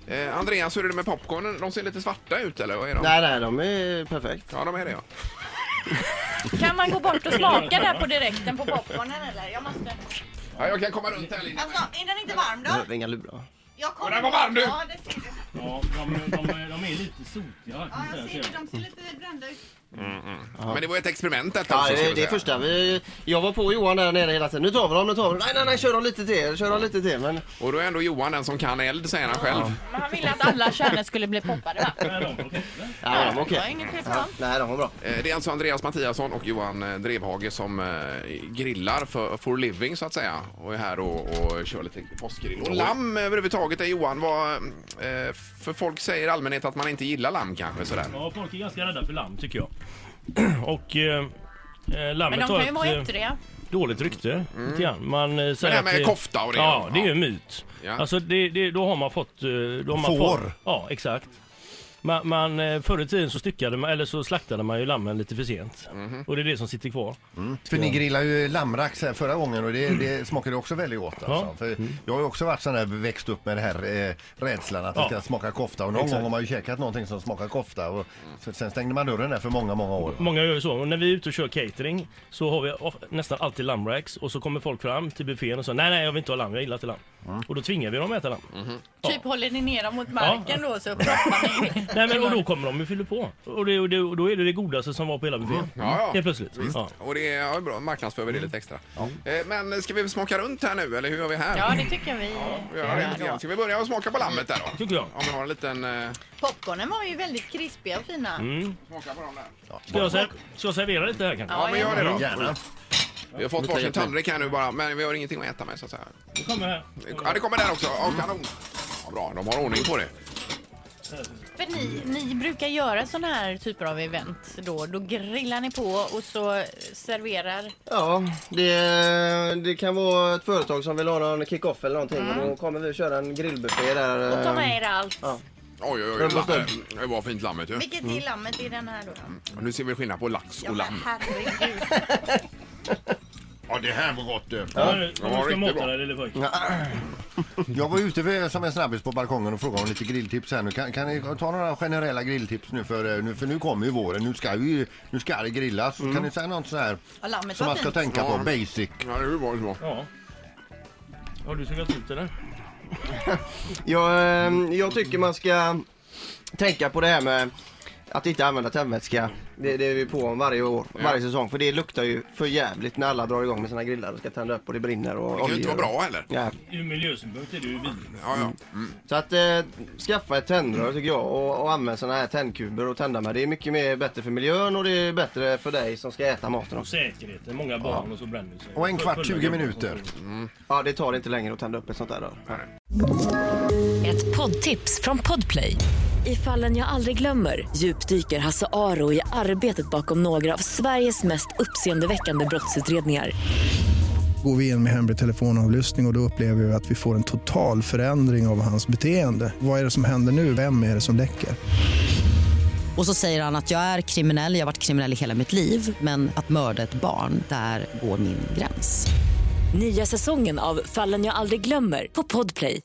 Andreas, hur är det med popcornen? De ser lite svarta ut, eller vad är de? Nej, de är perfekt. Ja, de är det, ja. Kan man gå bort och smaka där på direkten på popcornen, eller? Jag måste... Ja, jag kan komma runt här lite. Alltså, är den inte varm då? Det är inga lurar. Jag kommer... Den var varm nu! Ja, det ser du. Ja, de är lite sotiga. Ja, jag ser det. De ser lite brända ut. Men det var ett experiment detta Ja, också, ska vi det säga. är första. Jag var på Johan där nere hela tiden. Nu tar vi dem. Nej, kör dem lite till. Men... Och då är ändå Johan den som kan eld, säger han själv. Men han ville att alla kärnor skulle bli poppade, va? Ja, de är okej. Det var inget fel på dem. Nej, de var bra. Det är alltså Andreas Mattiasson och Johan Drevhage som grillar for living, så att säga. Och är här och kör lite påskgrill. Och lamm överhuvudtaget är Johan. För folk säger i allmänhet att man inte gillar lamm kanske sådär. Ja, folk är ganska rädda för lamm, tycker jag. Och lammet Men de kan ju vara ettriga. dåligt rykte. Lite grann. Man säger det här med att kofta och det. Ja, det är ju en myt. Ja. Alltså då har man fått... Får. Ja, exakt. Förr i tiden så styckade man, eller så slaktade man ju lammen lite för sent. Och det är det som sitter kvar. För ni grillade ju lammrax här förra gången och det smakade också väldigt gott. Alltså. Ja. För jag har ju också varit sån där, växt upp med det här rädslan att det ska smaka kofta. Och någon gång har man ju käkat någonting som smakar kofta. Och sen stängde man dörren där för många år. Många gör ju så. Och när vi är ute och kör catering så har vi nästan alltid lammracks. Och så kommer folk fram till buffén och säger nej, jag vill inte ha lamm, jag gillar inte lamm. Och då tvingar vi dem att äta lamm. Typ håller ni ner dem mot marken då, så proppar ni. Nej, men och då kommer de och fyller på. Och då är det godaste som var på hela buffén. Ja. Helt plötsligt. Ja. Och det är bra, marknadsför vi det lite extra. Men ska vi smaka runt här nu, eller hur gör vi här? Ja, det tycker vi. Ska vi börja och smaka på lammet där då? Tycker jag. Om vi har en liten... Popcornen var ju väldigt krispiga och fina. Smaka på dem där. Ska jag servera lite här kanske? Ja, men gör det då. Gärna. Vi har fått varsin tallrik här nu bara, men vi har ingenting att äta med, så att säga. Det kommer här. Ja, det kommer där också. Ja, kanon. Ja, bra, de har ordning på det. För ni brukar göra såna här typer av event då grillar ni på och så serverar. Ja, det kan vara ett företag som vill ha någon kick-off eller någonting. Och då kommer vi köra en grillbuffé där. Och ta med er allt. Ja. Oj, det var fint lammet ju. Vilket är lammet i den här då? Och nu ser vi skillnad på lax och lamm. Herregud. Ja, det här var gott. Nu ska riktigt mata bra. dig, lille pojk. Jag var ute som en snabbis på balkongen och frågade om lite grilltips här nu. Kan ni ta några generella grilltips nu för nu kommer ju våren. Nu ska det grillas. Kan ni säga något så här Ja, lammet som var man ska fint. tänka på? Basic. Ja, det är ju bra så. Ja. Har du sugat ut det? Jag tycker man ska tänka på det här med att inte använda tändvätska. Det är vi på om varje säsong. För det luktar ju för jävligt när alla drar igång med sina grillar och ska tända upp och det brinner. Och Det kan ju inte vara bra heller. Ja. Ur miljösynpunkt är det ju vidrigt. Ja. Så att skaffa ett tändrör tycker jag och använda såna här tändkuber och tända med. Det är mycket mer bättre för miljön och det är bättre för dig som ska äta maten Och också. säkerheten, många barn och så bränner sig. Och en kvart, 20 minuter. Ja, det tar inte längre att tända upp ett sånt där rör. Ett poddtips från Podplay. I Fallen jag aldrig glömmer djupdyker Hasse Aro i arbetet bakom några av Sveriges mest uppseendeväckande brottsutredningar. Går vi in med hemlig telefonavlyssning och då upplever vi att vi får en total förändring av hans beteende. Vad är det som händer nu? Vem är det som läcker? Och så säger han att jag är kriminell, jag har varit kriminell i hela mitt liv. Men att mörda ett barn, där går min gräns. Nya säsongen av Fallen jag aldrig glömmer på Podplay.